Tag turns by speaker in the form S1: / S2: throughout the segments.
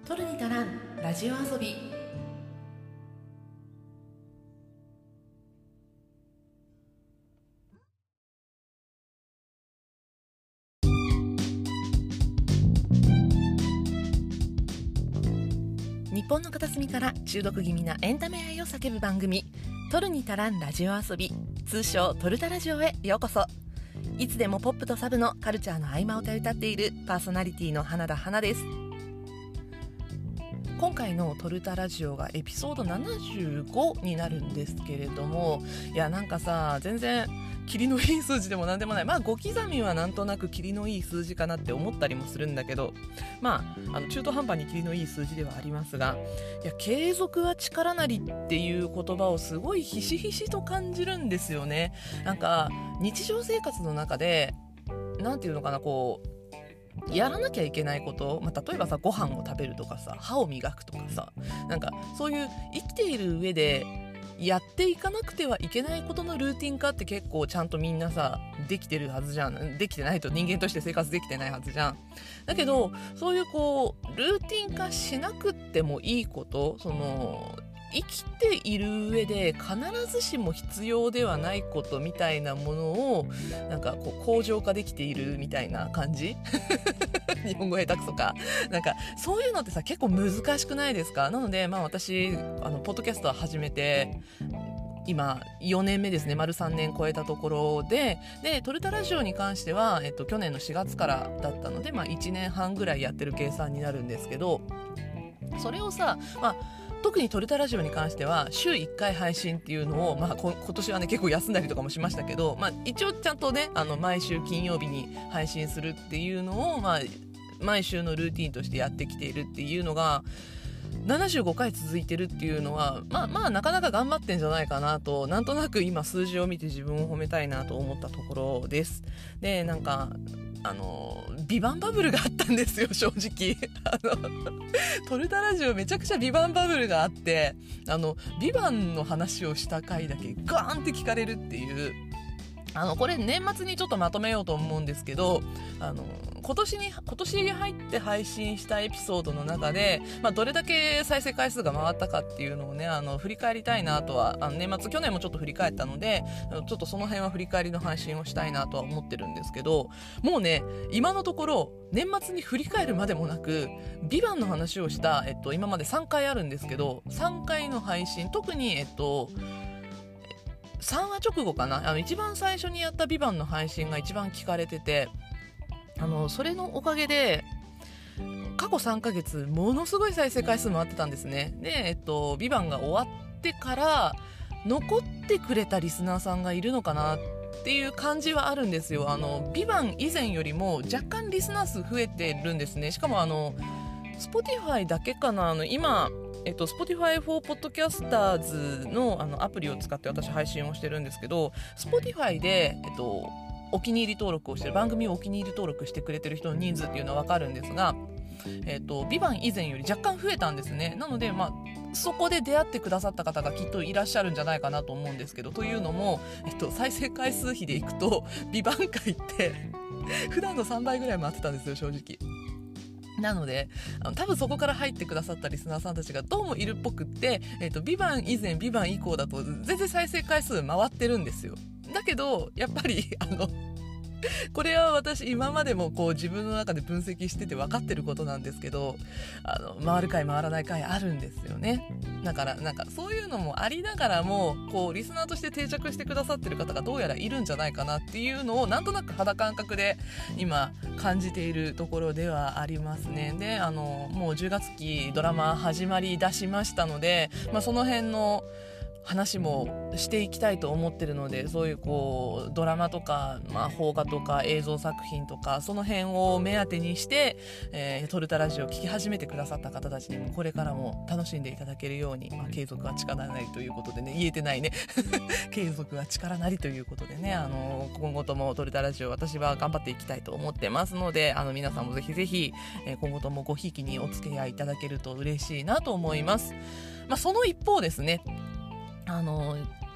S1: 取るに足らんラジオ遊び。日本の片隅から中毒気味なエンタメ愛を叫ぶ番組、取るに足らんラジオ遊び、通称トルタラジオへようこそ。いつでもポップとサブのカルチャーの合間を歌っているパーソナリティの花田花です。今回のトルタラジオがエピソード75になるんですけれども、いやなんかさ、全然キリのいい数字でもなんでもない。5刻みはなんとなくキリのいい数字かなって思ったりもするんだけど、中途半端にキリのいい数字ではありますが、いや継続は力なりっていう言葉をすごいひしひしと感じるんですよね。なんか日常生活の中でなんていうのかな、やらなきゃいけないこと、例えばさ、ご飯を食べるとかさ、歯を磨くとかさ、なんかそういう生きている上でやっていかなくてはいけないことのルーティン化って結構ちゃんとみんなさできてるはずじゃん。できてないと人間として生活できてないはずじゃん。だけどそういうルーティン化しなくってもいいこと、生きている上で必ずしも必要ではないことみたいなものをなんか向上化できているみたいな感じ日本語下手くそか。なんかそういうのってさ結構難しくないですか。なので私ポッドキャストを始めて今4年目ですね。丸3年超えたところでトルタラジオに関しては、去年の4月からだったので、1年半ぐらいやってる計算になるんですけど、それをさ、特にトルタラジオに関しては週1回配信っていうのを、今年はね結構休んだりとかもしましたけど、一応ちゃんとね毎週金曜日に配信するっていうのを、毎週のルーティンとしてやってきているっていうのが75回続いてるっていうのはなかなか頑張ってんじゃないかなと、なんとなく今数字を見て自分を褒めたいなと思ったところです。でなんかビバンバブルがあったんですよ、正直トルタラジオめちゃくちゃビバンバブルがあって、ビバンの話をした回だけガーンって聞かれるっていう、これ年末にちょっとまとめようと思うんですけど、今年入って配信したエピソードの中で、どれだけ再生回数が回ったかっていうのをね振り返りたいなとは、年末去年もちょっと振り返ったのでちょっとその辺は振り返りの配信をしたいなとは思ってるんですけど、もうね今のところ年末に振り返るまでもなくビバンの話をした、今まで3回あるんですけど、3回の配信、特に3話直後かな、一番最初にやったビバンの配信が一番聞かれてて、それのおかげで過去3ヶ月ものすごい再生回数回ってたんですね。でビバンが終わってから残ってくれたリスナーさんがいるのかなっていう感じはあるんですよ。ビバン以前よりも若干リスナー数増えてるんですね。しかもSpotify だけかな、今Spotify for Podcasters のアプリを使って私配信をしてるんですけど、 Spotify でお気に入り登録をしてる、番組をお気に入り登録してくれてる人の人数っていうのは分かるんですが、ビバン以前より若干増えたんですね。なのでそこで出会ってくださった方がきっといらっしゃるんじゃないかなと思うんですけど、というのも、再生回数比でいくとビバン回って普段の3倍ぐらい回ってたんですよ、正直。なので多分そこから入ってくださったリスナーさんたちがどうもいるっぽくって、ビバン以前ビバン以降だと全然再生回数回ってるんですよ。だけどやっぱりこれは私今までも自分の中で分析してて分かってることなんですけど、回る回回らない回あるんですよね。だからなんかそういうのもありながらもリスナーとして定着してくださってる方がどうやらいるんじゃないかなっていうのをなんとなく肌感覚で今感じているところではありますね。でもう10月期ドラマ始まり出しましたので、その辺の話もしていきたいと思ってるので、そういうドラマとか、邦画とか映像作品とかその辺を目当てにして、トルタラジオを聞き始めてくださった方たちにもこれからも楽しんでいただけるように、継続は力なりということでね、言えてないね継続は力なりということでね、今後ともトルタラジオ私は頑張っていきたいと思ってますので、皆さんもぜひぜひ、今後ともごひいきにお付き合いいただけると嬉しいなと思います。その一方ですね、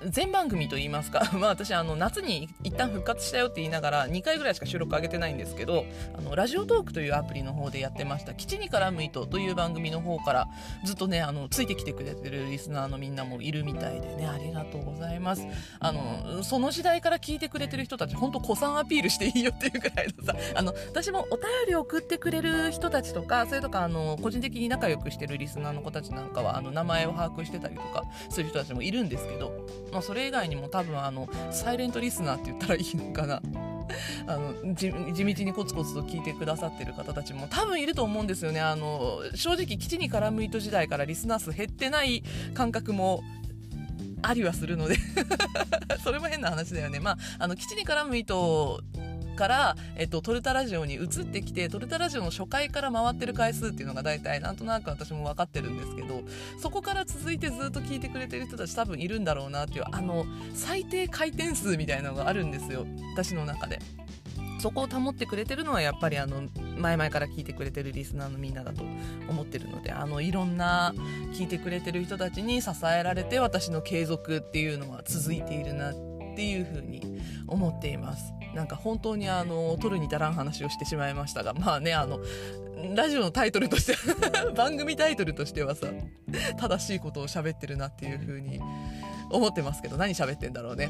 S1: 全番組と言いますかまあ私夏に一旦復活したよって言いながら2回ぐらいしか収録上げてないんですけど、ラジオトークというアプリの方でやってました基地に絡む糸という番組の方からずっとねついてきてくれてるリスナーのみんなもいるみたいでね、ありがとうございます。その時代から聞いてくれてる人たち本当子さんアピールしていいよっていうくらいのさ、私もお便り送ってくれる人たちとか、それとか個人的に仲良くしてるリスナーの子たちなんかは名前を把握してたりとかする人たちもいるんですけど、まあ、それ以外にも多分サイレントリスナーって言ったらいいのかな地道にコツコツと聞いてくださってる方たちも多分いると思うんですよね。正直基地に絡む糸時代からリスナー数減ってない感覚もありはするのでそれも変な話だよね。まあ基地に絡む糸から、トルタラジオに移ってきて、トルタラジオの初回から回ってる回数っていうのが大体なんとなく私も分かってるんですけど、そこから続いてずっと聞いてくれてる人たち多分いるんだろうなっていう最低回転数みたいなのがあるんですよ、私の中で。そこを保ってくれてるのはやっぱり前々から聞いてくれてるリスナーのみんなだと思ってるので、いろんな聞いてくれてる人たちに支えられて私の継続っていうのは続いているなっていうふうに思っています。なんか本当に取るに足らん話をしてしまいましたが、まあねラジオのタイトルとして番組タイトルとしてはさ正しいことを喋ってるなっていうふうに思ってますけど、何喋ってんだろうね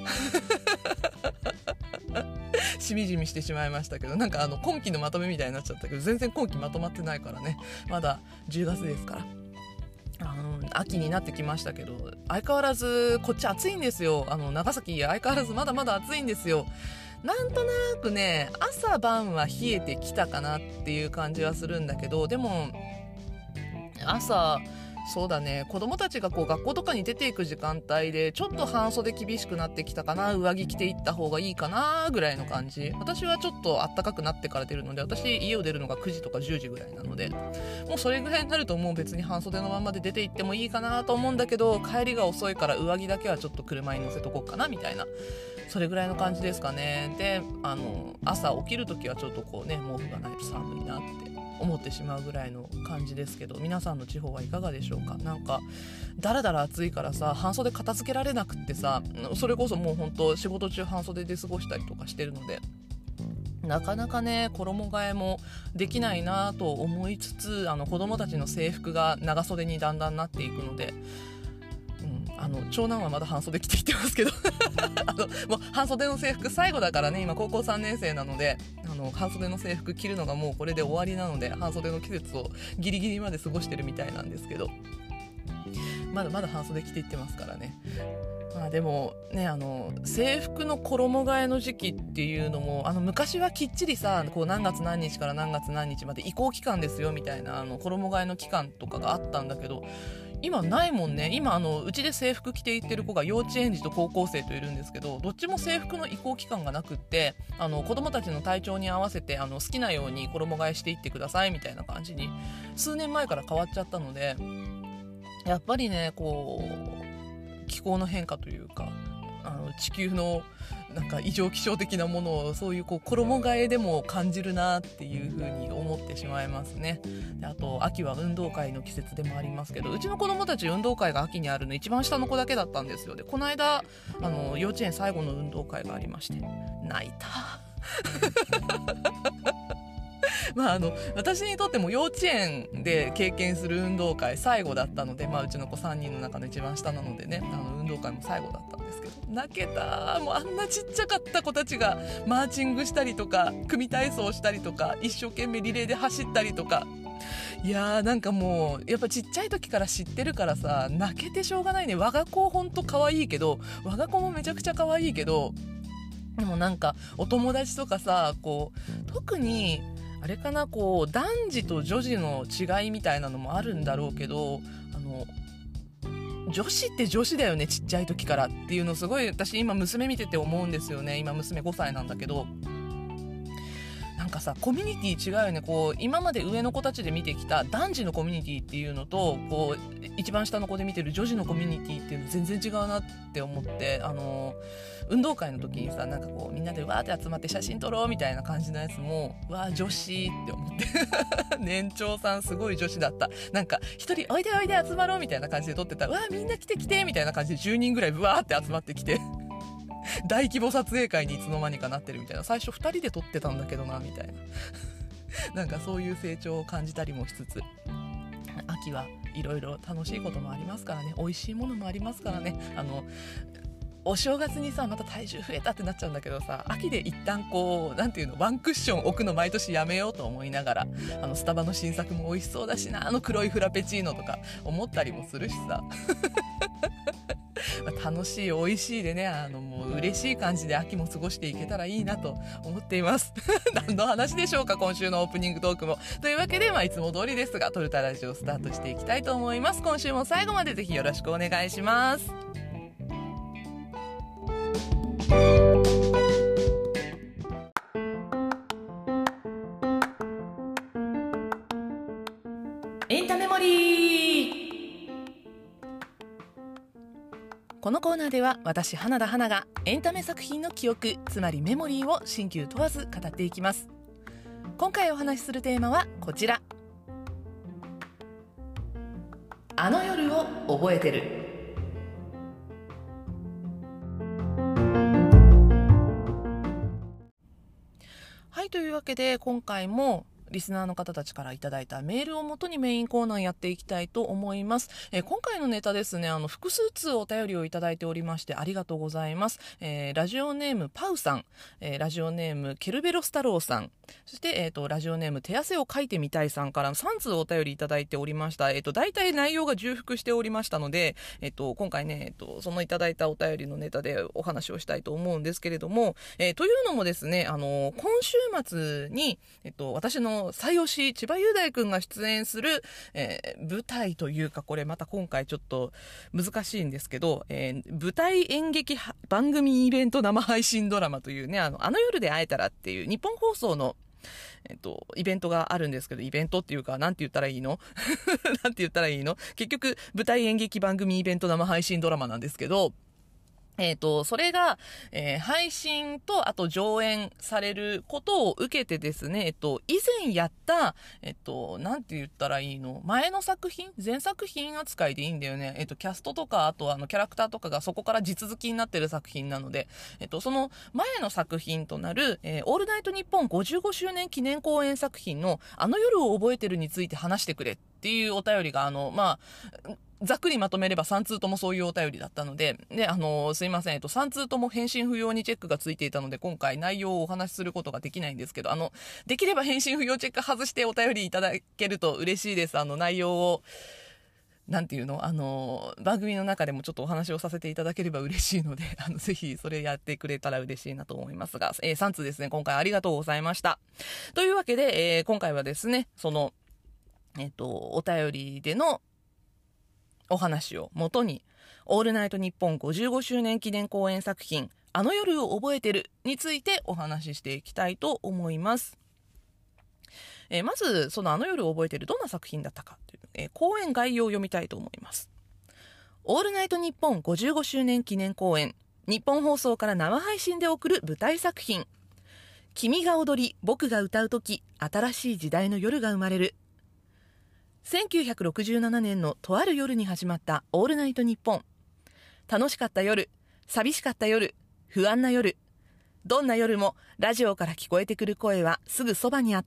S1: しみじみしてしまいましたけど、なんか今期のまとめみたいになっちゃったけど、全然今期まとまってないからね、まだ10月ですから。秋になってきましたけど、相変わらずこっち暑いんですよ。長崎相変わらずまだまだ暑いんですよ。なんとなくね朝晩は冷えてきたかなっていう感じはするんだけど、でも朝そうだね、子供たちがこう学校とかに出ていく時間帯でちょっと半袖厳しくなってきたかな、上着着ていった方がいいかなぐらいの感じ。私はちょっと暖かくなってから出るので、私家を出るのが9時とか10時ぐらいなので、もうそれぐらいになるともう別に半袖のままで出て行ってもいいかなと思うんだけど、帰りが遅いから上着だけはちょっと車に乗せとこうかなみたいな、それぐらいの感じですかね。で朝起きるときはちょっとこうね毛布がないと寒いなって思ってしまうぐらいの感じですけど、皆さんの地方はいかがでしょうか。なんかだらだら暑いからさ半袖片付けられなくってさ、それこそもう本当仕事中半袖で過ごしたりとかしてるので、なかなかね衣替えもできないなと思いつつ、子供たちの制服が長袖にだんだんなっていくので、長男はまだ半袖着てきてますけどもう半袖の制服最後だからね、今高校3年生なので半袖の制服着るのがもうこれで終わりなので、半袖の季節をギリギリまで過ごしてるみたいなんですけど、まだまだ半袖着ていってますからね。まあでもね制服の衣替えの時期っていうのも昔はきっちりさこう何月何日から何月何日まで移行期間ですよみたいな衣替えの期間とかがあったんだけど、今ないもんね。今うちで制服着て行ってる子が幼稚園児と高校生といるんですけど、どっちも制服の移行期間がなくって、子供たちの体調に合わせて好きなように衣替えしていってくださいみたいな感じに数年前から変わっちゃったので、やっぱりねこう気候の変化というか地球のなんか異常気象的なものをそういう衣替えでも感じるなっていう風に思ってしまいますね。であと秋は運動会の季節でもありますけど、うちの子供たち運動会が秋にあるの一番下の子だけだったんですよ。でこの間幼稚園最後の運動会がありまして泣いたまあ私にとっても幼稚園で経験する運動会最後だったので、うちの子3人の中の一番下なのでね運動会も最後だったんですけど泣けた。もうあんなちっちゃかった子たちがマーチングしたりとか組体操したりとか一生懸命リレーで走ったりとか、いやーなんかもうやっぱちっちゃい時から知ってるからさ泣けてしょうがないね。我が子ほんと可愛いけど、我が子もめちゃくちゃ可愛いけど、でもなんかお友達とかさ特にあれかな男児と女児の違いみたいなのもあるんだろうけど、女子って女子だよねちっちゃい時からっていうのすごい私今娘見てて思うんですよね。今娘5歳なんだけど、なんかさコミュニティ違うよね。こう今まで上の子たちで見てきた男児のコミュニティっていうのと、こう一番下の子で見てる女児のコミュニティっていうの全然違うなって思って、運動会の時にさ、なんかこうみんなでわーって集まって写真撮ろうみたいな感じのやつも、わー女子って思って年長さんすごい女子だった。なんか一人おいでおいで集まろうみたいな感じで撮ってたら、わーみんな来て来てみたいな感じで10人ぐらいわーって集まってきて大規模撮影会にいつの間にかなってるみたいな。最初2人で撮ってたんだけどなみたいななんかそういう成長を感じたりもしつつ、秋はいろいろ楽しいこともありますからね、美味しいものもありますからね。お正月にさまた体重増えたってなっちゃうんだけどさ、秋で一旦こうなんていうの、ワンクッション置くの毎年やめようと思いながら、スタバの新作も美味しそうだしな、黒いフラペチーノとか思ったりもするしさ楽しい美味しいでね、もう嬉しい感じで秋も過ごしていけたらいいなと思っています何の話でしょうか、今週のオープニングトークも。というわけで、いつも通りですがトルタラジオスタートしていきたいと思います。今週も最後までぜひよろしくお願いします。エンタメモリー。このコーナーでは私花田花がエンタメ作品の記憶、つまりメモリーを新旧問わず語っていきます。今回お話しするテーマはこちら。あの夜を覚えてる。はい、というわけで今回もリスナーの方たちからいただいたメールをもとにメインコーナーやっていきたいと思います。今回のネタですね、複数通お便りをいただいておりましてありがとうございます。ラジオネームパウさん、ラジオネームケルベロス太郎さん、そして、ラジオネーム手汗をかいてみたいさんから3通お便りいただいておりました。大体内容が重複しておりましたので、今回ね、そのいただいたお便りのネタでお話をしたいと思うんですけれども、というのもですね、今週末に、私の最推し千葉雄大くんが出演する、舞台というか、これまた今回ちょっと難しいんですけど、舞台演劇番組イベント生配信ドラマというね、あの夜で会えたらっていう日本放送のイベントがあるんですけど、イベントっていうか、なんて言ったらいいのなんて言ったらいいの、結局舞台演劇番組イベント生配信ドラマなんですけど、それが、配信とあと上演されることを受けてですね、以前やった、なんて言ったらいいの、前の作品、前作品扱いでいいんだよね。キャストとか、あとキャラクターとかがそこから地続きになってる作品なので、その前の作品となる、オールナイトニッポン55周年記念公演作品のあの夜を覚えてるについて話してくれっていうお便りが、ざっくりまとめれば3通ともそういうお便りだったので、すいません、3通とも返信不要にチェックがついていたので、今回内容をお話しすることができないんですけど、できれば返信不要チェック外してお便りいただけると嬉しいです。内容を、なんていうの、番組の中でもちょっとお話をさせていただければ嬉しいので、ぜひそれやってくれたら嬉しいなと思いますが、3通ですね、今回ありがとうございました。というわけで、今回はですね、その、お便りでのお話を元に、オールナイトニッポン55周年記念公演作品あの夜を覚えてるについてお話ししていきたいと思います。まずそのあの夜を覚えてるどんな作品だったかという、公演概要を読みたいと思います。オールナイトニッポン55周年記念公演、日本放送から生配信で送る舞台作品、君が踊り僕が歌うとき、新しい時代の夜が生まれる。1967年のとある夜に始まったオールナイトニッポン。楽しかった夜、寂しかった夜、不安な夜、どんな夜もラジオから聞こえてくる声はすぐそばにあった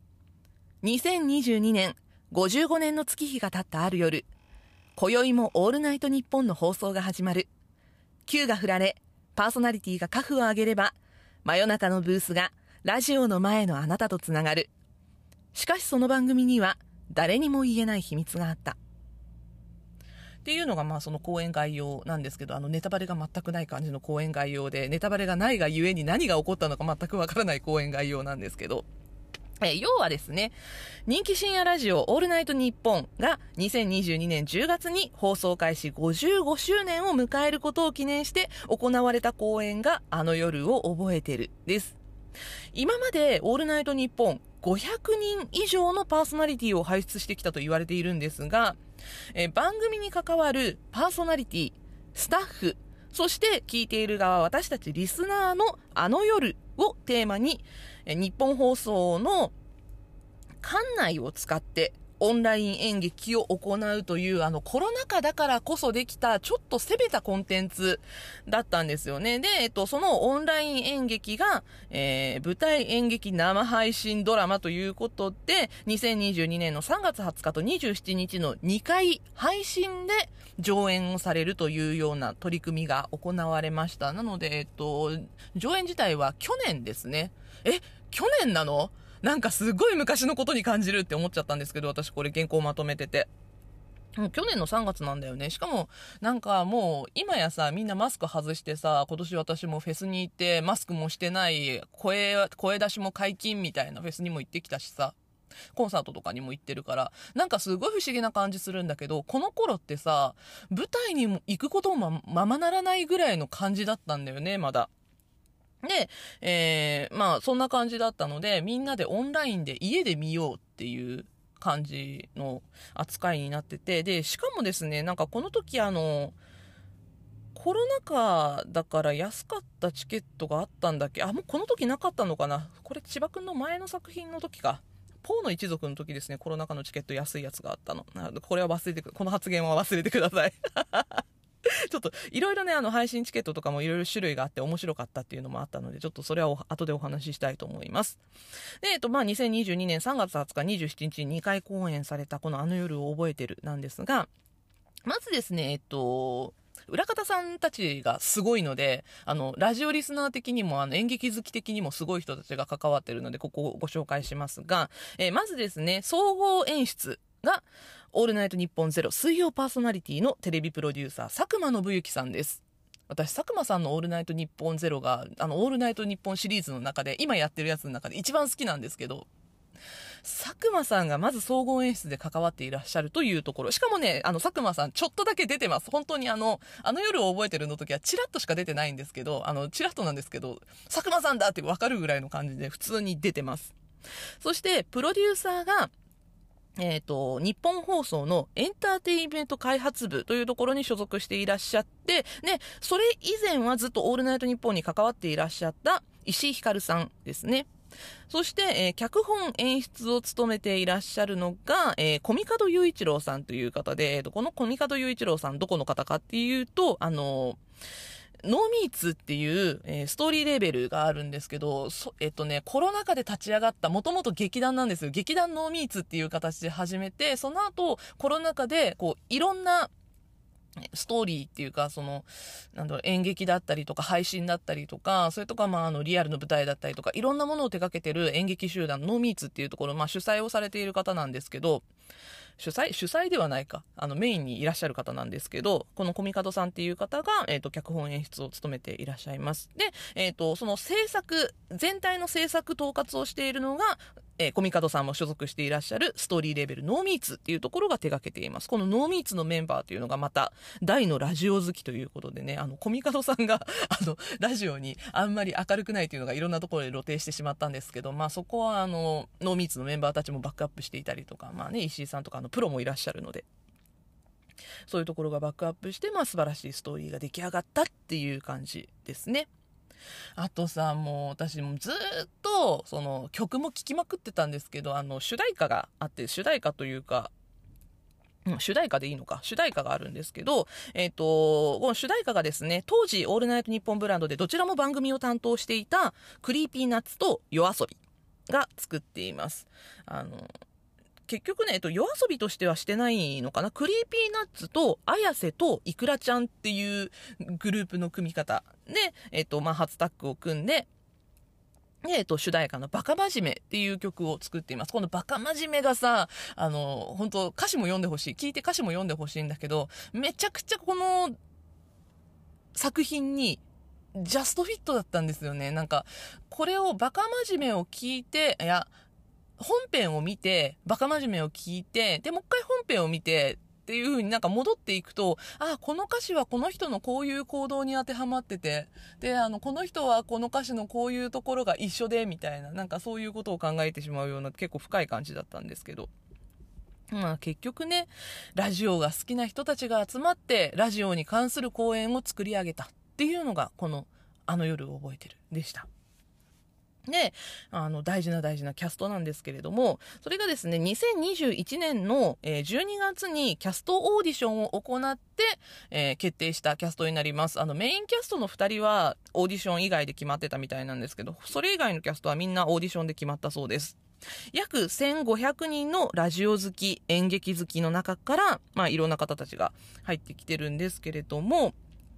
S1: 。2022年55年の月日が経ったある夜、今宵もオールナイトニッポンの放送が始まる。Qが振られ、パーソナリティがカフを上げれば、真夜中のブースがラジオの前のあなたとつながる。しかしその番組には誰にも言えない秘密があった。っていうのがその講演概要なんですけど、ネタバレが全くない感じの講演概要で、ネタバレがないがゆえに何が起こったのか全くわからない講演概要なんですけど、要はですね、人気深夜ラジオオールナイトニッポンが2022年10月に放送開始55周年を迎えることを記念して行われた公演があの夜を覚えてるです。 今までオールナイトニッポン500人以上のパーソナリティを輩出してきたと言われているんですが、番組に関わるパーソナリティ、スタッフ、そして聞いている側、私たちリスナーのあの夜をテーマに、日本放送の館内を使ってオンライン演劇を行うというコロナ禍だからこそできたちょっと攻めたコンテンツだったんですよね。で、そのオンライン演劇が、舞台演劇生配信ドラマということで2022年の3月20日と27日の2回配信で上演をされるというような取り組みが行われました。なので、上演自体は去年ですね。去年なの？なんかすごい昔のことに感じるって思っちゃったんですけど、私これ原稿まとめてて。もう去年の3月なんだよね。しかも、なんかもう、今やさ、みんなマスク外してさ、今年私もフェスに行って、マスクもしてない、声出しも解禁みたいなフェスにも行ってきたしさ、コンサートとかにも行ってるから、なんかすごい不思議な感じするんだけど、この頃ってさ、舞台にも行くこともままならないぐらいの感じだったんだよね、まだ。で、まあそんな感じだったので、みんなでオンラインで家で見ようっていう感じの扱いになってて、でしかもですね、なんかこの時コロナ禍だから安かったチケットがあったんだっけ。もうこの時なかったのかな。これ千葉くんの前の作品の時か。ポーの一族の時ですね、コロナ禍のチケット安いやつがあったの。これはこの発言は忘れてください。ちょっといろいろね、配信チケットとかもいろいろ種類があって面白かったっていうのもあったので、ちょっとそれは後でお話ししたいと思います。で、まあ、2022年3月20日、27日に2回公演されたこのあの夜を覚えてるなんですが、まずですね、裏方さんたちがすごいので、ラジオリスナー的にも、演劇好き的にもすごい人たちが関わってるので、ここをご紹介しますが、まずですね、総合演出が、オールナイトニッポンゼロ水曜パーソナリティのテレビプロデューサー、佐久間信之さんです。私、佐久間さんのオールナイトニッポンゼロが、オールナイトニッポンシリーズの中で、今やってるやつの中で一番好きなんですけど、佐久間さんがまず総合演出で関わっていらっしゃるというところ。しかもね、佐久間さんちょっとだけ出てます。本当にあの夜を覚えてるの時はチラッとしか出てないんですけど、チラッとなんですけど、佐久間さんだってわかるぐらいの感じで普通に出てます。そして、プロデューサーが、日本放送のエンターテインメント開発部というところに所属していらっしゃって、ね、それ以前はずっとオールナイトニッポンに関わっていらっしゃった石井ひかるさんですね。そして、脚本演出を務めていらっしゃるのが、コミカド雄一郎さんという方で、このコミカド雄一郎さんどこの方かっていうと、ノーミーツっていう、ストーリーレーベルがあるんですけど、コロナ禍で立ち上がった、もともと劇団なんですよ。劇団ノーミーツっていう形で始めて、その後、コロナ禍で、いろんな、ストーリーっていうか、演劇だったりとか、配信だったりとか、それとか、リアルの舞台だったりとか、いろんなものを手掛けてる演劇集団、ノーミーツっていうところ、主催をされている方なんですけど、主催ではないか。メインにいらっしゃる方なんですけど、このコミカドさんっていう方が、脚本演出を務めていらっしゃいます。で、その全体の制作統括をしているのが、コミカドさんも所属していらっしゃるストーリーレベルノーミーツっていうところが手掛けています。このノーミーツのメンバーというのがまた大のラジオ好きということでね、コミカドさんがラジオにあんまり明るくないというのがいろんなところで露呈してしまったんですけど、そこはノーミーツのメンバーたちもバックアップしていたりとか、石井さんとかプロもいらっしゃるので、そういうところがバックアップして、素晴らしいストーリーが出来上がったっていう感じですね。あとさ、もう私もずっとその曲も聴きまくってたんですけど、主題歌があって、主題歌というか、主題歌でいいのか、主題歌があるんですけど、この主題歌がですね、当時オールナイトニッポンブランドでどちらも番組を担当していたクリーピーナッツと夜遊びが作っています。結局ね、夜遊びとしてはしてないのかな。クリーピーナッツと綾瀬とイクラちゃんっていうグループの組み方で、初タッグを組んで、主題歌のバカ真面目っていう曲を作っています。このバカ真面目がさ、本当歌詞も読んでほしい。聞いて歌詞も読んでほしいんだけど、めちゃくちゃこの作品にジャストフィットだったんですよね。なんか、これをバカ真面目を聞いて、本編を見て、バカ真面目を聞いて、で、もう一回本編を見て、 っていう風になんか戻っていくと、この歌詞はこの人のこういう行動に当てはまってて、で、この人はこの歌詞のこういうところが一緒で、みたいな、なんかそういうことを考えてしまうような結構深い感じだったんですけど。結局ね、ラジオが好きな人たちが集まって、ラジオに関する公演を作り上げたっていうのが、この、あの夜を覚えてるでした。で、大事なキャストなんですけれども、それがですね、2021年の12月にキャストオーディションを行って、決定したキャストになります。メインキャストの2人はオーディション以外で決まってたみたいなんですけど、それ以外のキャストはみんなオーディションで決まったそうです。約1500人のラジオ好き、演劇好きの中から、いろんな方たちが入ってきてるんですけれども、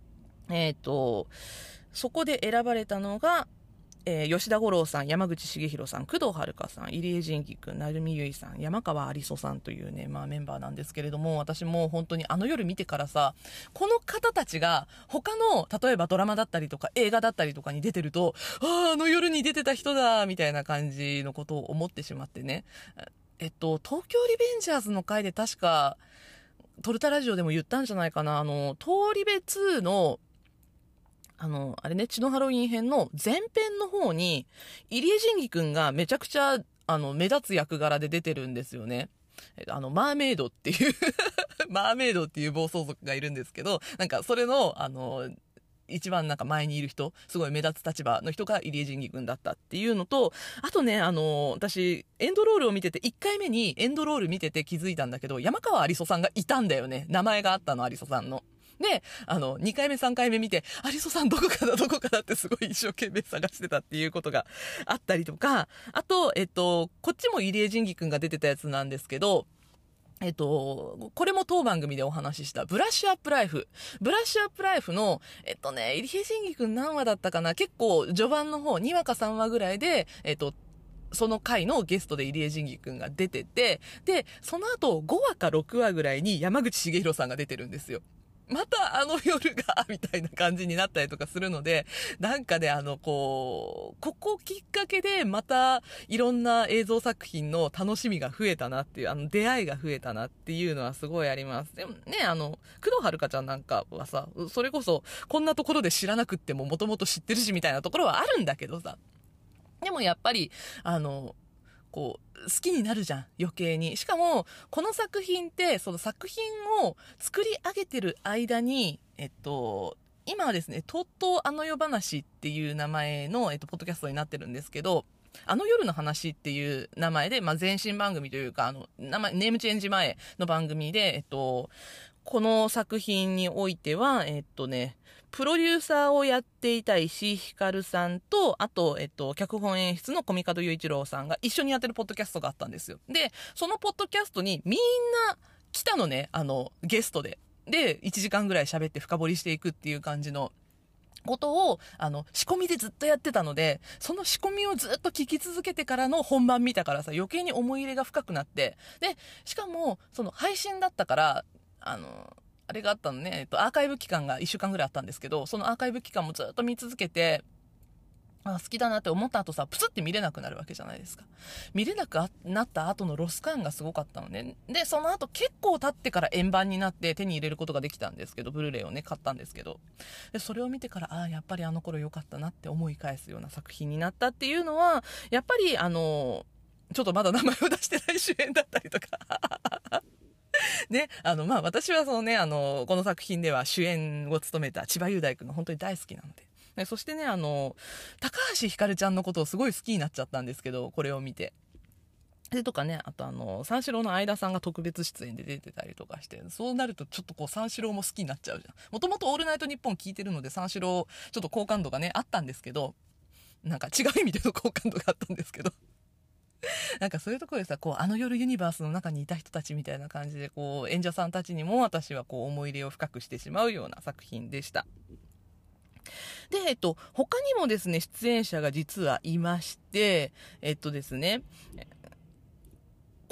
S1: そこで選ばれたのが、吉田五郎さん、山口茂弘さん、工藤遥さん、入江仁義君、成海結衣さん、山川有沙さんというね、メンバーなんですけれども、私も本当にあの夜見てからさ、この方たちが他の、例えばドラマだったりとか映画だったりとかに出てると、あの夜に出てた人だみたいな感じのことを思ってしまってね。東京リベンジャーズの回で確か、トルタラジオでも言ったんじゃないかな、通り部2のあれね、血のハロウィン編の前編の方に、入江仁義くんがめちゃくちゃ、目立つ役柄で出てるんですよね。マーメイドっていうマーメイドっていう暴走族がいるんですけど、なんかそれの、一番なんか前にいる人、すごい目立つ立場の人が入江仁義くんだったっていうのと、あとね、私、エンドロールを見てて、1回目にエンドロール見てて気づいたんだけど、山川有沙さんがいたんだよね。名前があったの、有沙さんの。で、2回目3回目見て、有沙さんどこかだってすごい一生懸命探してたっていうことがあったりとか、あと、こっちも入江仁義くんが出てたやつなんですけど、これも当番組でお話ししたブラッシュアップライフ。ブラッシュアップライフの、入江仁義くん何話だったかな、結構序盤の方、2話か3話ぐらいで、その回のゲストで入江仁義くんが出てて、で、その後5話か6話ぐらいに山口茂弘さんが出てるんですよ。またあの夜がみたいな感じになったりとかするので、なんかね、ここきっかけでまたいろんな映像作品の楽しみが増えたなっていう、出会いが増えたなっていうのはすごいあります。でもね、工藤遥ちゃんなんかはさ、それこそこんなところで知らなくってももともと知ってるしみたいなところはあるんだけどさ、でもやっぱり好きになるじゃん、余計に。しかもこの作品ってその作品を作り上げてる間に今はですね、とうとうあの夜話っていう名前の、ポッドキャストになってるんですけど、あの夜の話っていう名前で、前身番組というか、ネームチェンジ前の番組で、この作品においては、プロデューサーをやっていた石井ひかるさんと、あと、脚本演出の小見門雄一郎さんが一緒にやってるポッドキャストがあったんですよ。で、そのポッドキャストにみんな来たのね、ゲストで。で、1時間ぐらい喋って深掘りしていくっていう感じのことを、仕込みでずっとやってたので、その仕込みをずっと聞き続けてからの本番見たからさ、余計に思い入れが深くなって、で、しかも、その配信だったから、あれがあったのね、アーカイブ期間が1週間ぐらいあったんですけど、そのアーカイブ期間もずっと見続けて、好きだなって思った後さ、プツって見れなくなるわけじゃないですか。見れなくなった後のロス感がすごかったのね。で、その後結構経ってから円盤になって手に入れることができたんですけど、ブルーレイをね、買ったんですけど。で、それを見てから、やっぱりあの頃良かったなって思い返すような作品になったっていうのは、やっぱりちょっとまだ名前を出してない主演だったりとか。ね、私はそのね、この作品では主演を務めた千葉雄大君が本当に大好きなので。そしてね、高橋ひかるちゃんのことをすごい好きになっちゃったんですけど、これを見て。でとかね、あと三四郎の相田さんが特別出演で出てたりとかして、そうなるとちょっと三四郎も好きになっちゃうじゃん。もともとオールナイトニッポン聞いてるので三四郎、ちょっと好感度がね、あったんですけど、なんか違う意味での好感度があったんですけど。なんかそういうところでさ、あの夜ユニバースの中にいた人たちみたいな感じで、演者さんたちにも私は思い入れを深くしてしまうような作品でした。で、他にもですね、出演者が実はいまして、ですね、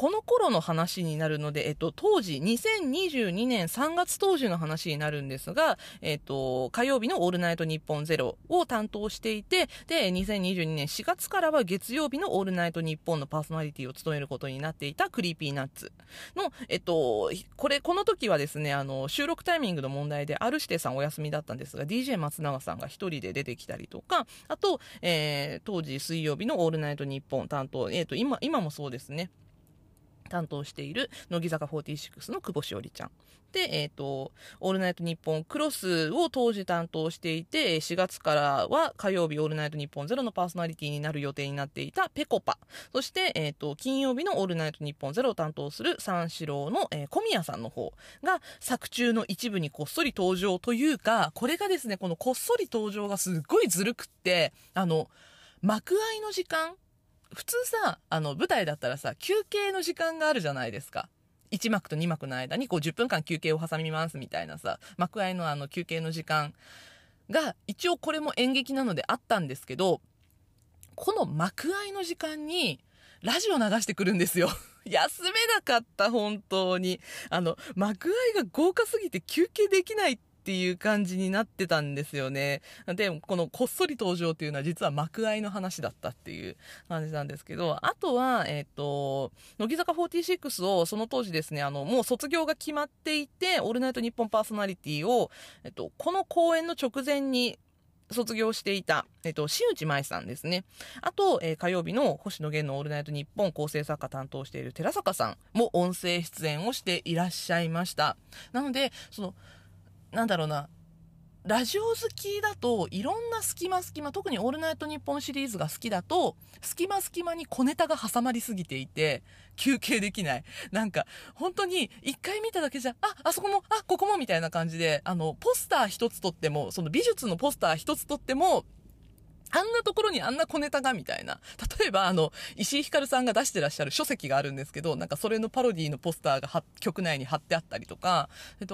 S1: この頃の話になるので、当時、2022年3月当時の話になるんですが、火曜日のオールナイトニッポンゼロを担当していて、で、2022年4月からは月曜日のオールナイトニッポンのパーソナリティを務めることになっていたクリーピーナッツの、この時はですね、収録タイミングの問題で R 指定さんお休みだったんですが、DJ 松永さんが一人で出てきたりとか、あと、当時水曜日のオールナイトニッポン担当、今もそうですね、担当している乃木坂46の久保しおりちゃんで、オールナイトニッポンクロスを当時担当していて、4月からは火曜日オールナイトニッポンゼロのパーソナリティになる予定になっていたぺこぱ、そして、金曜日のオールナイトニッポンゼロを担当する三四郎の、小宮さんの方が作中の一部にこっそり登場というか、これがですね、このこっそり登場がすっごいずるくって、幕間の時間、普通さ、舞台だったらさ、休憩の時間があるじゃないですか。1幕と2幕の間にこう10分間休憩を挟みますみたいなさ、幕間の休憩の時間が、一応これも演劇なのであったんですけど、この幕間の時間にラジオ流してくるんですよ。休めなかった、本当に。幕間が豪華すぎて休憩できないっていう感じになってたんですよね。で、このこっそり登場っていうのは実は幕間の話だったっていう感じなんですけど、あとは、乃木坂46をその当時ですね、もう卒業が決まっていて、オールナイトニッポンパーソナリティを、この公演の直前に卒業していた、新内舞さんですね。あと、火曜日の星野源のオールナイトニッポン構成作家担当している寺坂さんも音声出演をしていらっしゃいました。なので、なんだろうな、ラジオ好きだといろんな隙間、特にオールナイトニッポンシリーズが好きだと、隙間に小ネタが挟まりすぎていて、休憩できない。なんか、本当に一回見ただけじゃ、あそこも、ここもみたいな感じで、ポスター一つ撮っても、その美術のポスター一つ撮っても、あんなところにあんな小ネタがみたいな。例えば石井ひかるさんが出してらっしゃる書籍があるんですけど、なんかそれのパロディのポスターが局内に貼ってあったりとか、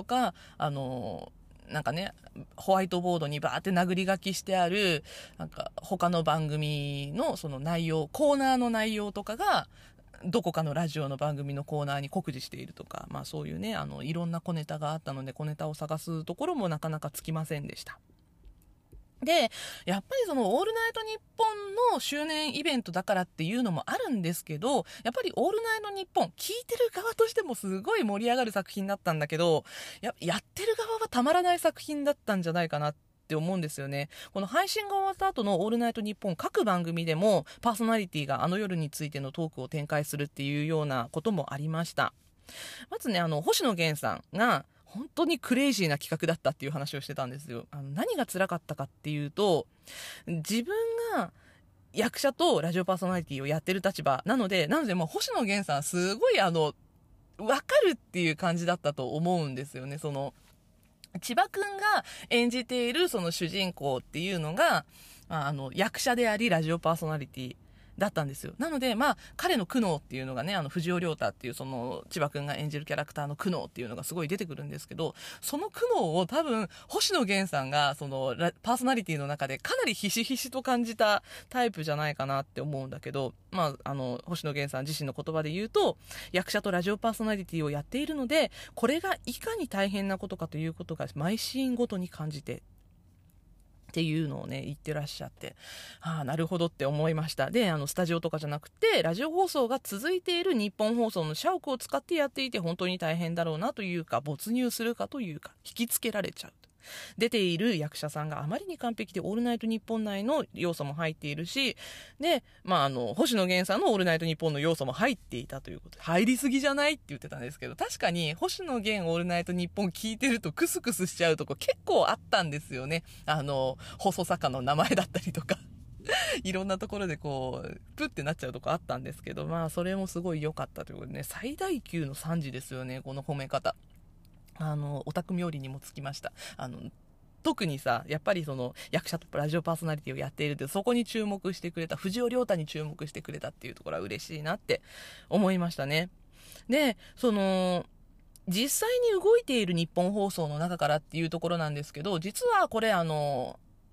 S1: なんかね、ホワイトボードにバーって殴り書きしてある、なんか他の番組のその内容、コーナーの内容とかが、どこかのラジオの番組のコーナーに酷似しているとか、まあそういうね、いろんな小ネタがあったので、小ネタを探すところもなかなかつきませんでした。で、やっぱりそのオールナイトニッポンの周年イベントだからっていうのもあるんですけど、やっぱりオールナイトニッポン聞いてる側としてもすごい盛り上がる作品だったんだけど、やってる側はたまらない作品だったんじゃないかなって思うんですよね。この配信が終わった後のオールナイトニッポン各番組でもパーソナリティがあの夜についてのトークを展開するっていうようなこともありました。まずね、星野源さんが本当にクレイジーな企画だったっていう話をしてたんですよ。何が辛かったかっていうと、自分が役者とラジオパーソナリティをやってる立場なのでもう星野源さんすごいわかるっていう感じだったと思うんですよね。千葉くんが演じているその主人公っていうのが、役者でありラジオパーソナリティだったんですよ。なので、彼の苦悩っていうのがね、藤尾亮太っていうその千葉くんが演じるキャラクターの苦悩っていうのがすごい出てくるんですけど、その苦悩を多分星野源さんがそのパーソナリティの中でかなりひしひしと感じたタイプじゃないかなって思うんだけど、星野源さん自身の言葉で言うと、役者とラジオパーソナリティをやっているので、これがいかに大変なことかということが毎シーンごとに感じてっていうのをね言ってらっしゃって、なるほどって思いました。で、スタジオとかじゃなくてラジオ放送が続いている日本放送の社屋を使ってやっていて、本当に大変だろうなというか、没入するかというか、引きつけられちゃう。出ている役者さんがあまりに完璧で、オールナイトニッポン内の要素も入っているし、で、星野源さんのオールナイトニッポンの要素も入っていたということで、入りすぎじゃないって言ってたんですけど、確かに星野源オールナイトニッポン聞いてるとクスクスしちゃうとこ結構あったんですよね。放送作家の名前だったりとかいろんなところでこうプッてなっちゃうとこあったんですけど、それもすごい良かったということでね、最大級の賛辞ですよね、この褒め方。オタク冥利にもつきました。特にさ、やっぱりその役者とラジオパーソナリティをやっているって、そこに注目してくれた、藤尾亮太に注目してくれたっていうところは嬉しいなって思いましたね。で、実際に動いている日本放送の中からっていうところなんですけど、実はこれ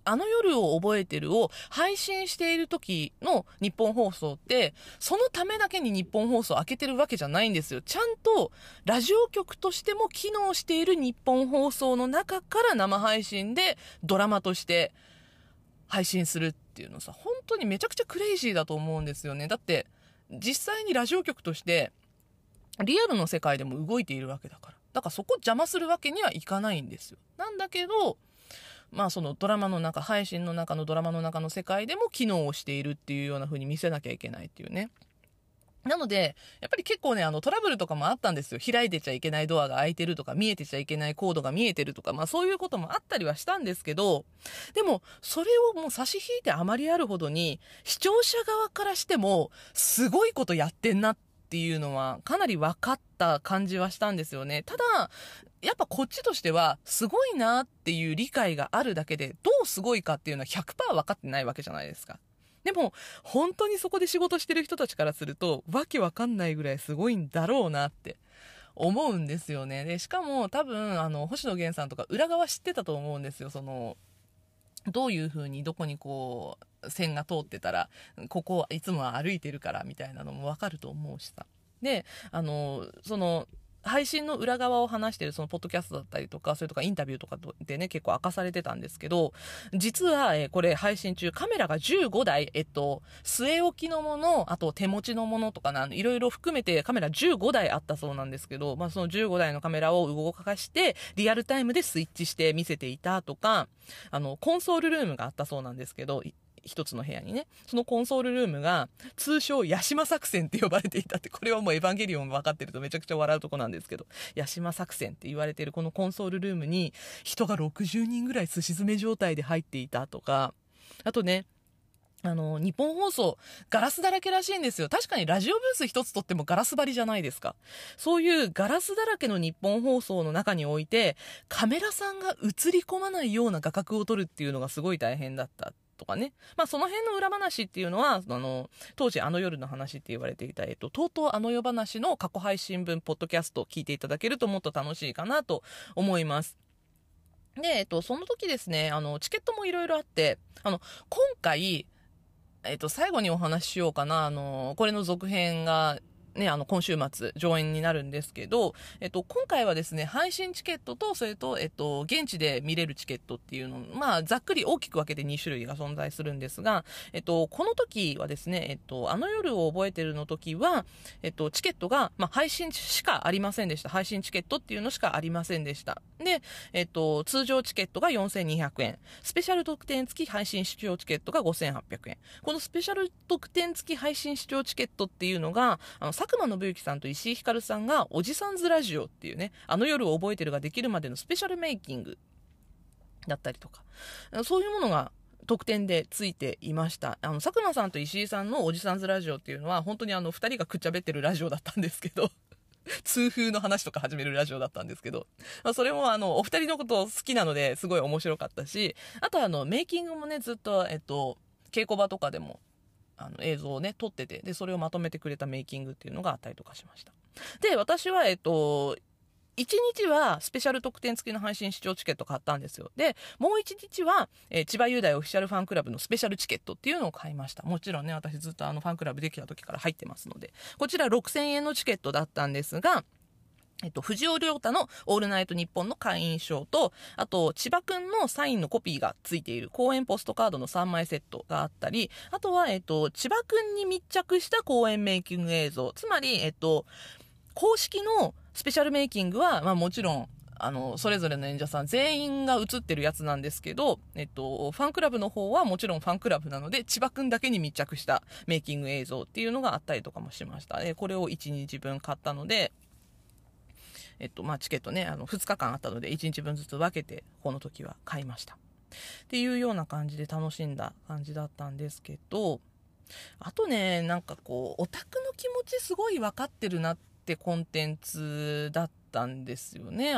S1: あの夜を覚えてるを配信している時の日本放送って、そのためだけに日本放送を開けてるわけじゃないんですよ。ちゃんとラジオ局としても機能している日本放送の中から生配信でドラマとして配信するっていうのさ、本当にめちゃくちゃクレイジーだと思うんですよね。だって実際にラジオ局としてリアルの世界でも動いているわけだから、だからそこ邪魔するわけにはいかないんですよ。なんだけど、まあそのドラマの中、配信の中のドラマの中の世界でも機能をしているっていうような風に見せなきゃいけないっていうね。なので、やっぱり結構ね、トラブルとかもあったんですよ。開いてちゃいけないドアが開いてるとか、見えてちゃいけないコードが見えてるとか、まあそういうこともあったりはしたんですけど、でも、それをもう差し引いてあまりあるほどに、視聴者側からしても、すごいことやってんなっていうのは、かなり分かった感じはしたんですよね。ただ、やっぱこっちとしては、すごいなっていう理解があるだけで、どうすごいかっていうのは 100% 分かってないわけじゃないですか。でも、本当にそこで仕事してる人たちからすると、わけわかんないぐらいすごいんだろうなって思うんですよね。で、しかも多分、星野源さんとか裏側知ってたと思うんですよ。どういう風にどこにこう、線が通ってたら、ここいつもは歩いてるからみたいなのもわかると思うしさ。で、配信の裏側を話してるそのポッドキャストだったりとか、それとかインタビューとかでね、結構明かされてたんですけど、実は、これ配信中カメラが15台、据え置きのもの、あと手持ちのものとかいろいろ含めてカメラ15台あったそうなんですけど、まあその15台のカメラを動かしてリアルタイムでスイッチして見せていたとか、コンソールルームがあったそうなんですけど、一つの部屋にね、そのコンソールルームが通称ヤシマ作戦って呼ばれていたって、これはもうエヴァンゲリオン分かってるとめちゃくちゃ笑うとこなんですけど、ヤシマ作戦って言われているこのコンソールルームに人が60人ぐらいすし詰め状態で入っていたとか、あとね、日本放送ガラスだらけらしいんですよ。確かにラジオブース一つとってもガラス張りじゃないですか。そういうガラスだらけの日本放送の中において、カメラさんが映り込まないような画角を撮るっていうのがすごい大変だったとかね。まあその辺の裏話っていうのは、当時夜の話って言われていた、とうとう夜話の過去配信分ポッドキャストを聞いていただけるともっと楽しいかなと思います。で、その時ですね、チケットもいろいろあって、今回、最後にお話ししようかな。これの続編が、ね、今週末上演になるんですけど、今回はですね、配信チケットと、それと、現地で見れるチケットっていうの、まあ、ざっくり大きく分けて2種類が存在するんですが、この時はですね、夜を覚えてるの時は、チケットが、まあ、配信しかありませんでした。配信チケットっていうのしかありませんでした。で、通常チケットが4200円、スペシャル特典付き配信視聴チケットが5800円。このスペシャル特典付き配信視聴チケットっていうのが、佐久間信之さんと石井ひかるさんがおじさんずラジオっていうね、夜を覚えてるができるまでのスペシャルメイキングだったりとか、そういうものが特典でついていました。佐久間さんと石井さんのおじさんずラジオっていうのは本当に2人がくっちゃべってるラジオだったんですけど痛風の話とか始めるラジオだったんですけど、まあ、それもお二人のこと好きなのですごい面白かったし、あとメイキングもね、ずっと稽古場とかでも映像をね撮ってて、でそれをまとめてくれたメイキングっていうのがあったりとかしました。で、私は1日はスペシャル特典付きの配信視聴チケット買ったんですよ。で、もう1日は、千葉雄大オフィシャルファンクラブのスペシャルチケットっていうのを買いました。もちろんね、私ずっとファンクラブできた時から入ってますので、こちら6000円のチケットだったんですが、藤尾亮太のオールナイトニッポンの会員証と、あと、千葉くんのサインのコピーがついている公演ポストカードの3枚セットがあったり、あとは、千葉くんに密着した公演メイキング映像、つまり、公式のスペシャルメイキングは、まあもちろん、それぞれの演者さん全員が映ってるやつなんですけど、ファンクラブの方はもちろんファンクラブなので、千葉くんだけに密着したメイキング映像っていうのがあったりとかもしました。これを1日分買ったので、まあ、チケットね、2日間あったので、1日分ずつ分けて、この時は買いました。っていうような感じで楽しんだ感じだったんですけど、あとね、なんかこう、オタクの気持ちすごい分かってるなってコンテンツだったんですよね。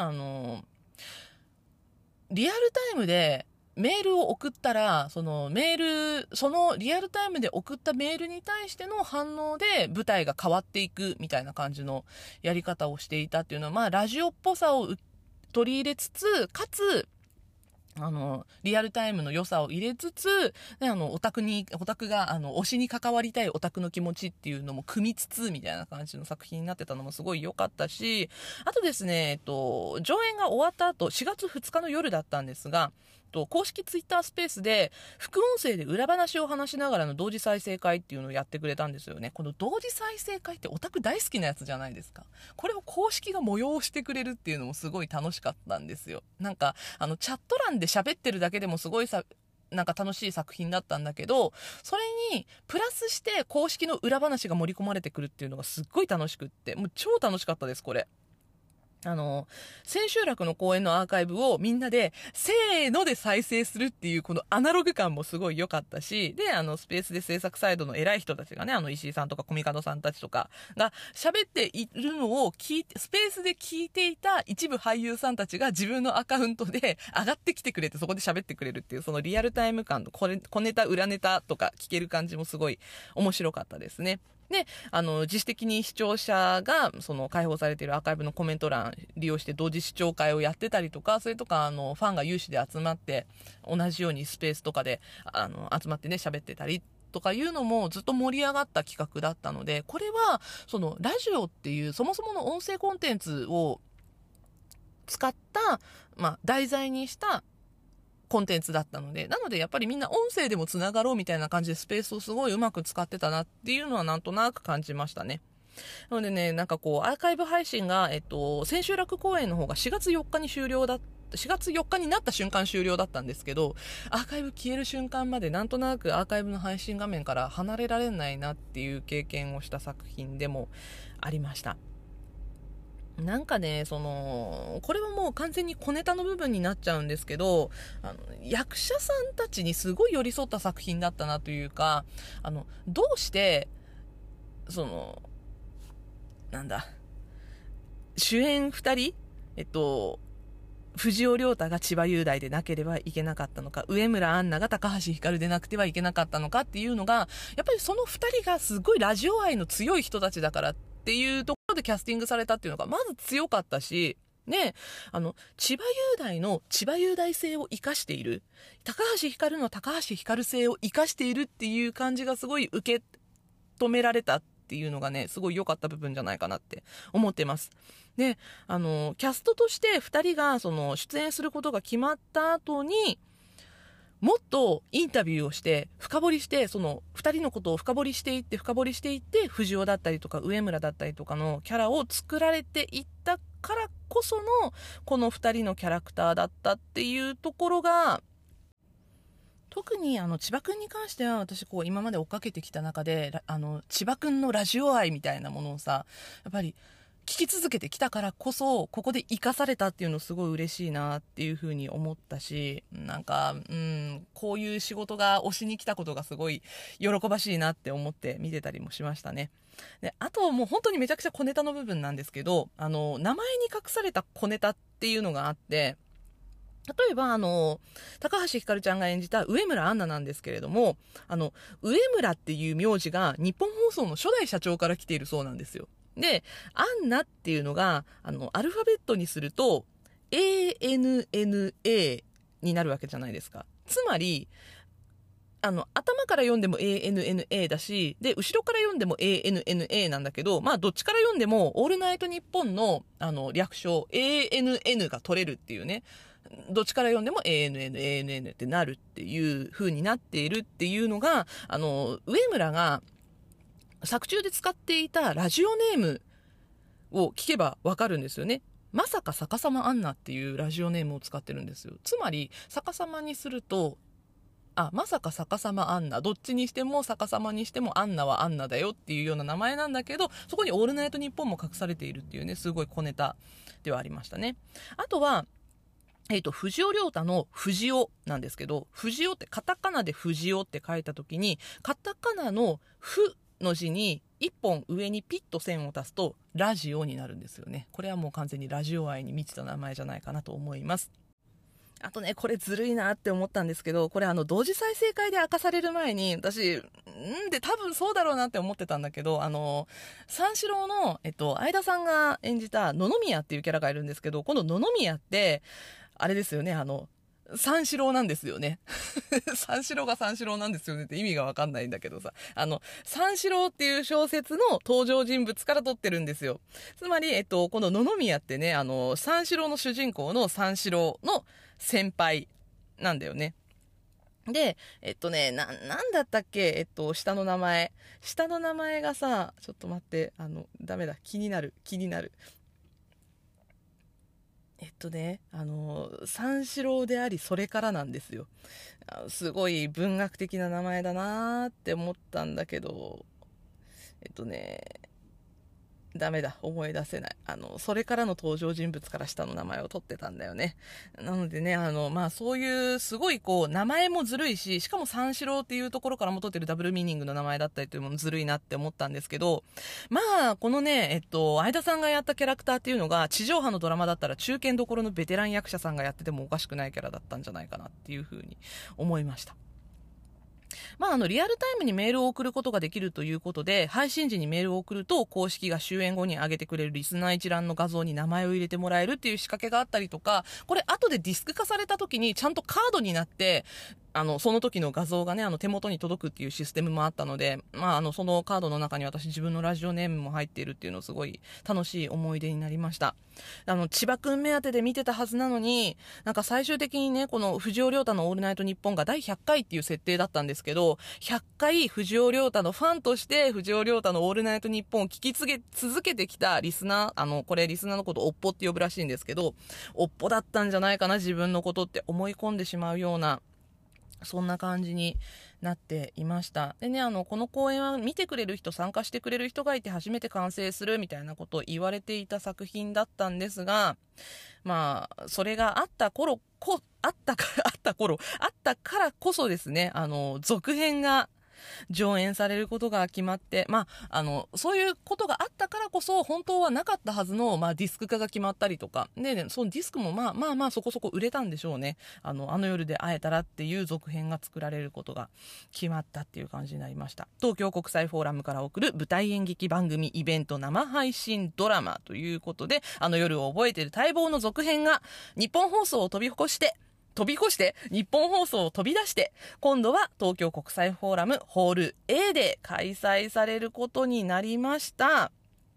S1: リアルタイムで、メールを送ったら、そのリアルタイムで送ったメールに対しての反応で舞台が変わっていくみたいな感じのやり方をしていたっていうのは、まあラジオっぽさを取り入れつつ、かつ、 リアルタイムの良さを入れつつ、ね、オタクが、推しに関わりたいオタクの気持ちっていうのも組みつつ、みたいな感じの作品になってたのもすごい良かったし、あとですね、上演が終わった後、4月2日の夜だったんですが、公式ツイッタースペースで副音声で裏話を話しながらの同時再生会っていうのをやってくれたんですよね。この同時再生会ってオタク大好きなやつじゃないですか。これを公式が催してくれるっていうのもすごい楽しかったんですよ。なんかチャット欄で喋ってるだけでもすごいなんか楽しい作品だったんだけど、それにプラスして公式の裏話が盛り込まれてくるっていうのがすっごい楽しくって、もう超楽しかったですこれ。千秋楽の公演のアーカイブをみんなでせーので再生するっていうこのアナログ感もすごい良かったし、でスペースで制作サイドの偉い人たちがね、石井さんとかコミカドさんたちとかが喋っているのをスペースで聞いていた一部俳優さんたちが自分のアカウントで上がってきてくれて、そこで喋ってくれるっていう、そのリアルタイム感と小ネタ裏ネタとか聞ける感じもすごい面白かったですね。で、自主的に視聴者が、開放されているアーカイブのコメント欄利用して同時視聴会をやってたりとか、それとか、ファンが有志で集まって、同じようにスペースとかで、集まってね、喋ってたりとかいうのもずっと盛り上がった企画だったので、これは、ラジオっていう、そもそもの音声コンテンツを使った、題材にしたコンテンツだったので、なのでやっぱりみんな音声でもつながろうみたいな感じでスペースをすごいうまく使ってたなっていうのはなんとなく感じましたね。なのでね、なんかこうアーカイブ配信が、千秋楽公演の方が4月4日に4月4日になった瞬間終了だったんですけど、アーカイブ消える瞬間までなんとなくアーカイブの配信画面から離れられないなっていう経験をした作品でもありました。なんかね、これはもう完全に小ネタの部分になっちゃうんですけど、役者さんたちにすごい寄り添った作品だったなというか、どうして、なんだ、主演2人、藤尾亮太が千葉雄大でなければいけなかったのか、上村アンナが高橋ひかるでなくてはいけなかったのかっていうのが、やっぱりその2人がすごいラジオ愛の強い人たちだからっていうところでキャスティングされたっていうのがまず強かったし、ね、千葉雄大の千葉雄大性を生かしている、高橋ひかるの高橋ひかる性を生かしているっていう感じがすごい受け止められたっていうのがね、すごい良かった部分じゃないかなって思ってます。で、キャストとして2人が出演することが決まった後に、もっとインタビューをして深掘りして、2人のことを深掘りしていって藤尾だったりとか上村だったりとかのキャラを作られていったからこそのこの2人のキャラクターだったっていうところが、特に千葉くんに関しては私今まで追っかけてきた中で千葉くんのラジオ愛みたいなものをさ、やっぱり聞き続けてきたからこそここで生かされたっていうのすごい嬉しいなっていう風に思ったし、なんかこういう仕事が推しに来たことがすごい喜ばしいなって思って見てたりもしましたね。で、あともう本当にめちゃくちゃ小ネタの部分なんですけど、名前に隠された小ネタっていうのがあって、例えば高橋ひかるちゃんが演じた上村アンナなんですけれども、上村っていう名字が日本放送の初代社長から来ているそうなんですよ。で、アンナっていうのがアルファベットにすると ANNA になるわけじゃないですか。つまり頭から読んでも ANNA だし、で後ろから読んでも ANNA なんだけど、どっちから読んでもオールナイトニッポンの略称 ANN が取れるっていうね、どっちから読んでも ANN ってなるっていう風になっているっていうのが、上村が作中で使っていたラジオネームを聞けばわかるんですよね。まさか逆さまアンナっていうラジオネームを使ってるんですよ。つまり逆さまにすると、まさか逆さまアンナ、どっちにしても逆さまにしてもアンナはアンナだよっていうような名前なんだけど、そこにオールナイトニッポンも隠されているっていうね、すごい小ネタではありましたね。あとは藤尾亮太の藤尾なんですけど、藤尾ってカタカナで藤尾って書いた時に、カタカナのふの字に一本上にピッと線を足すとラジオになるんですよね。これはもう完全にラジオ愛に満ちた名前じゃないかなと思います。あとね、これずるいなって思ったんですけど、これ同時再生会で明かされる前に私で多分そうだろうなって思ってたんだけど、三四郎の相田さんが演じた野々宮っていうキャラがいるんですけど、この野々宮ってあれですよね、 三四郎なんですよね。三四郎が三四郎なんですよねって意味がわかんないんだけどさ。三四郎っていう小説の登場人物から撮ってるんですよ。つまり、この野々宮ってね、三四郎の主人公の三四郎の先輩なんだよね。で、なんだったっけ、下の名前。下の名前がさ、ちょっと待って、ダメだ。気になる。三四郎であり、それからなんですよ。すごい文学的な名前だなーって思ったんだけど、ダメだ、思い出せない。それからの登場人物から下の名前を取ってたんだよね。なのでね、そういうすごい名前もずるいし、しかも三四郎っていうところからも取ってるダブルミーニングの名前だったりというのもずるいなって思ったんですけど、このね、相田さんがやったキャラクターっていうのが、地上波のドラマだったら中堅どころのベテラン役者さんがやっててもおかしくないキャラだったんじゃないかなっていうふうに思いました。リアルタイムにメールを送ることができるということで、配信時にメールを送ると、公式が終演後に上げてくれるリスナー一覧の画像に名前を入れてもらえるっていう仕掛けがあったりとか、これ後でディスク化された時にちゃんとカードになって、その時の画像がね、手元に届くっていうシステムもあったので、そのカードの中に私自分のラジオネームも入っているっていうのすごい楽しい思い出になりました。千葉くん目当てで見てたはずなのに、最終的にね、この藤尾亮太のオールナイトニッポンが第100回っていう設定だったんですけど、100回藤尾亮太のファンとして藤尾亮太のオールナイトニッポンを聞き続けてきたリスナー、これリスナーのことおっぽって呼ぶらしいんですけど、おっぽだったんじゃないかな、自分のことって思い込んでしまうような、そんな感じになっていました。でね、この公演は見てくれる人、参加してくれる人がいて初めて完成するみたいなことを言われていた作品だったんですが、それがあったからこそですね、続編が上演されることが決まって、そういうことがあったからこそ本当はなかったはずの、ディスク化が決まったりとかで、ね、そのディスクもそこそこ売れたんでしょうね。あの夜で会えたらっていう続編が作られることが決まったっていう感じになりました。東京国際フォーラムから送る舞台演劇番組イベント生配信ドラマということで、あの夜を覚えている待望の続編が日本放送を飛び越して日本放送を飛び出して今度は東京国際フォーラムホール A で開催されることになりました。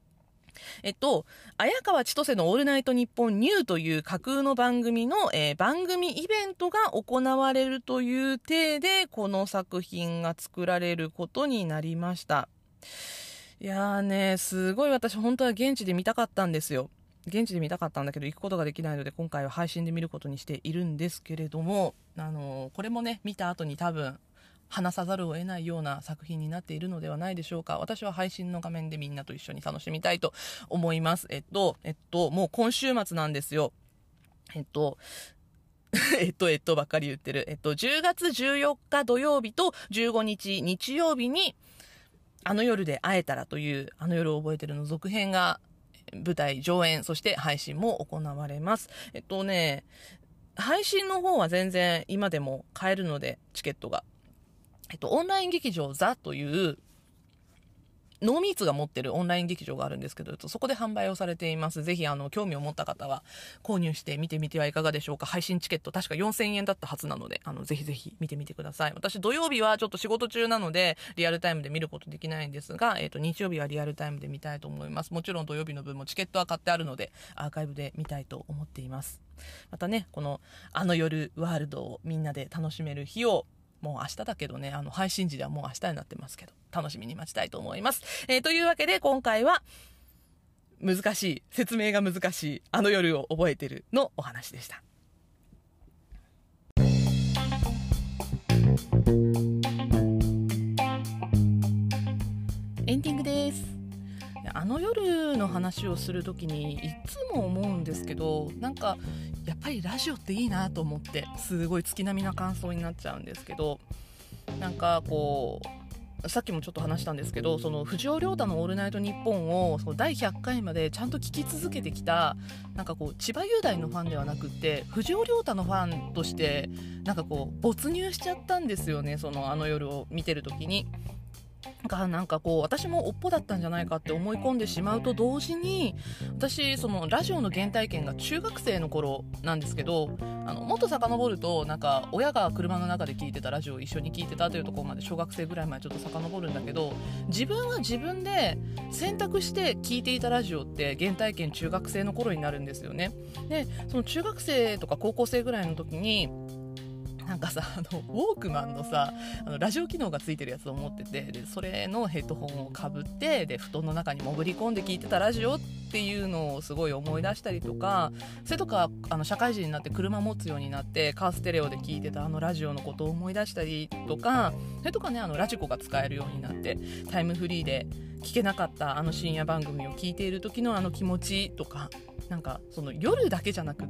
S1: 綾川千歳のオールナイトニッポンニューという架空の番組の、番組イベントが行われるという体でこの作品が作られることになりました。いやーね、すごい私本当は現地で見たかったんですよ。現地で見たかったんだけど行くことができないので今回は配信で見ることにしているんですけれども、これもね見た後に多分話さざるを得ないような作品になっているのではないでしょうか。私は配信の画面でみんなと一緒に楽しみたいと思います。もう今週末なんですよ。ばっかり言ってる。10月14日土曜日と15日日曜日にあの夜で会えたらというあの夜を覚えてるの続編が舞台上演、そして配信も行われます。配信の方は全然今でも買えるので、チケットが。オンライン劇場ザというノーミーツが持ってるオンライン劇場があるんですけど、そこで販売をされています。ぜひ興味を持った方は購入して見てみてはいかがでしょうか。配信チケット確か4000円だったはずなので、ぜひぜひ見てみてください。私土曜日はちょっと仕事中なのでリアルタイムで見ることできないんですが、日曜日はリアルタイムで見たいと思います。もちろん土曜日の分もチケットは買ってあるのでアーカイブで見たいと思っています。またね、このあの夜ワールドをみんなで楽しめる日をもう明日だけどね、配信時ではもう明日になってますけど、楽しみに待ちたいと思います。というわけで今回は説明が難しいあの夜を覚えてるのお話でした。エンディングです。あの夜の話をするときにいつも思うんですけど、やっぱりラジオっていいなと思って、すごい月並みな感想になっちゃうんですけど、さっきもちょっと話したんですけど、その藤尾亮太のオールナイトニッポンをその第100回までちゃんと聞き続けてきた千葉雄大のファンではなくって藤尾亮太のファンとして没入しちゃったんですよね。あの夜を見てる時になんかこう私もおっぽだったんじゃないかって思い込んでしまうと同時に、私そのラジオの原体験が中学生の頃なんですけど、もっと遡るとなんか親が車の中で聞いてたラジオを一緒に聞いてたというところまで、小学生ぐらい前ちょっと遡るんだけど、自分は自分で選択して聞いていたラジオって原体験中学生の頃になるんですよね。でその中学生とか高校生ぐらいの時になんかさ、ウォークマンのさ、ラジオ機能がついてるやつを持ってて、でそれのヘッドホンをかぶって、で布団の中に潜り込んで聞いてたラジオっていうのをすごい思い出したりとか、それとか社会人になって車持つようになってカーステレオで聞いてたラジオのことを思い出したりとか、それとかね、ラジコが使えるようになってタイムフリーで聞けなかった深夜番組を聞いている時の気持ちとか、なんかその夜だけじゃなくって、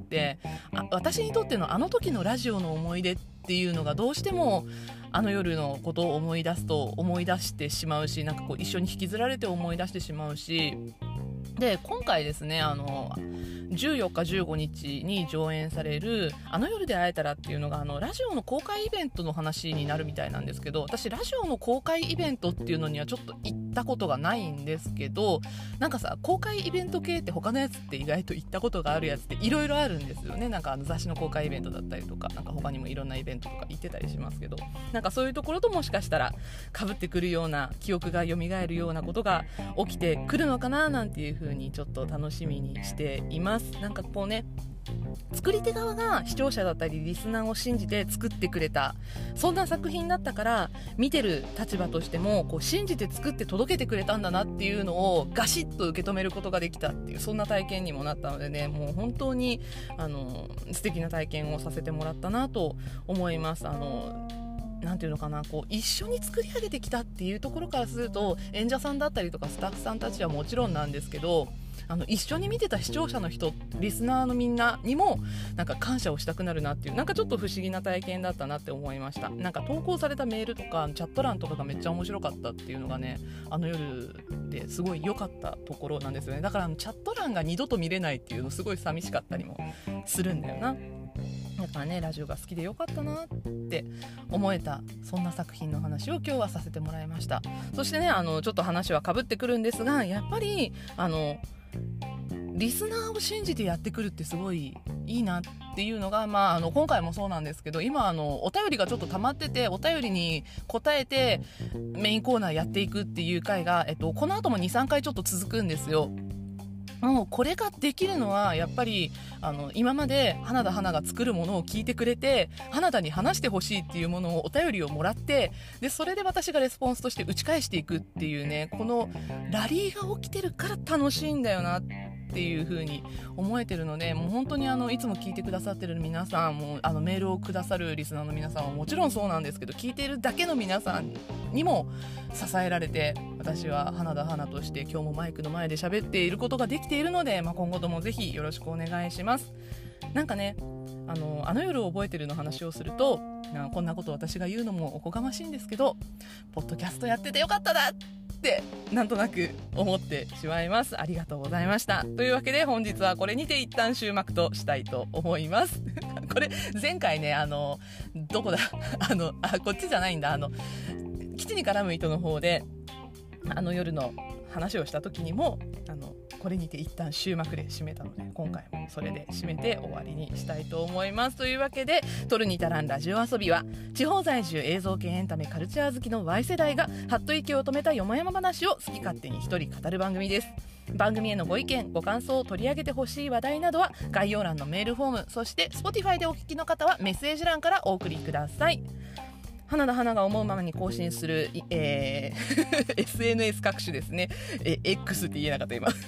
S1: 私にとっての時のラジオの思い出っていうのがどうしても夜のことを思い出すと思い出してしまうし、なんかこう一緒に引きずられて思い出してしまうし、で今回ですね、14日15日に上演される夜で会えたらっていうのがラジオの公開イベントの話になるみたいなんですけど、私ラジオの公開イベントっていうのにはちょっと行ったことがないんですけど、なんかさ、公開イベント系って他のやつって意外と行ったことがあるやつっていろいろあるんですよね。なんか雑誌の公開イベントだったりとか、なんか他にもいろんなイベントとか行ってたりしますけど、なんかそういうところともしかしたら被ってくるような、記憶が蘇るようなことが起きてくるのかななんていう風にちょっと楽しみにしています。なんかこうね、作り手側が視聴者だったりリスナーを信じて作ってくれた、そんな作品だったから、見てる立場としてもこう信じて作って届けてくれたんだなっていうのをガシッと受け止めることができたっていう、そんな体験にもなったのでね、もう本当に素敵な体験をさせてもらったなと思います。なんていうのかな、こう一緒に作り上げてきたっていうところからすると、演者さんだったりとかスタッフさんたちはもちろんなんですけど、一緒に見てた視聴者の人、リスナーのみんなにもなんか感謝をしたくなるなっていう、なんかちょっと不思議な体験だったなって思いました。なんか投稿されたメールとかチャット欄とかがめっちゃ面白かったっていうのがね、夜ですごい良かったところなんですよね。だからチャット欄が二度と見れないっていうのすごい寂しかったりもするんだよな。だからね、ラジオが好きでよかったなって思えた、そんな作品の話を今日はさせてもらいました。そしてね、ちょっと話はかぶってくるんですが、やっぱりリスナーを信じてやってくるってすごいいいなっていうのが、今回もそうなんですけど、今お便りがちょっと溜まってて、お便りに答えてメインコーナーやっていくっていう回が、この後も 2,3 回ちょっと続くんですよ。もうこれができるのはやっぱり今まで花田花が作るものを聞いてくれて、花田に話してほしいっていうものをお便りをもらって、でそれで私がレスポンスとして打ち返していくっていうね、このラリーが起きてるから楽しいんだよなっていう風に思えてるので、もう本当にいつも聞いてくださってる皆さんも、メールをくださるリスナーの皆さんはもちろんそうなんですけど、聞いているだけの皆さんにも支えられて、私は花田花として今日もマイクの前で喋っていることができているので、今後ともぜひよろしくお願いします。なんかね、夜を覚えてるの話をすると、こんなこと私が言うのもおこがましいんですけど、ポッドキャストやっててよかったなってなんとなく思ってしまいます。ありがとうございました。というわけで本日はこれにて一旦終幕としたいと思いますこれ前回ね、どこだこっちじゃないんだ、基地に絡む糸の方で夜の話をした時にもこれにて一旦終幕で締めたので、今回もそれで締めて終わりにしたいと思います。というわけで、トルニタランラジオ遊びは地方在住映像系エンタメカルチャー好きの Y 世代がはっと息を止めたよもやま話を好き勝手に一人語る番組です。番組へのご意見ご感想、取り上げてほしい話題などは概要欄のメールフォーム、そして Spotify でお聞きの方はメッセージ欄からお送りください。花田花が思うままに更新する、SNS 各種ですね、X って言えなかった今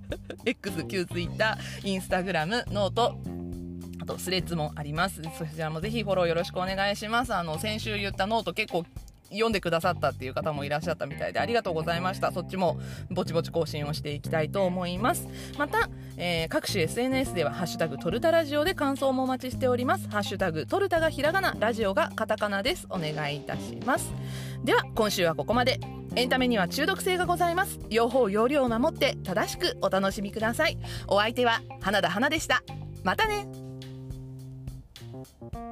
S1: X、旧 Twitter、インスタグラム、ノート、あとスレッズもあります。そちらもぜひフォローよろしくお願いします。先週言ったノート結構読んでくださったっていう方もいらっしゃったみたいで、ありがとうございました。そっちもぼちぼち更新をしていきたいと思います。また、各種 SNS ではハッシュタグトルタラジオで感想もお待ちしております。ハッシュタグトルタがひらがな、ラジオがカタカナです。お願いいたします。では今週はここまで。エンタメには中毒性がございます。用法用量を守って正しくお楽しみください。お相手は花田花でした。またね。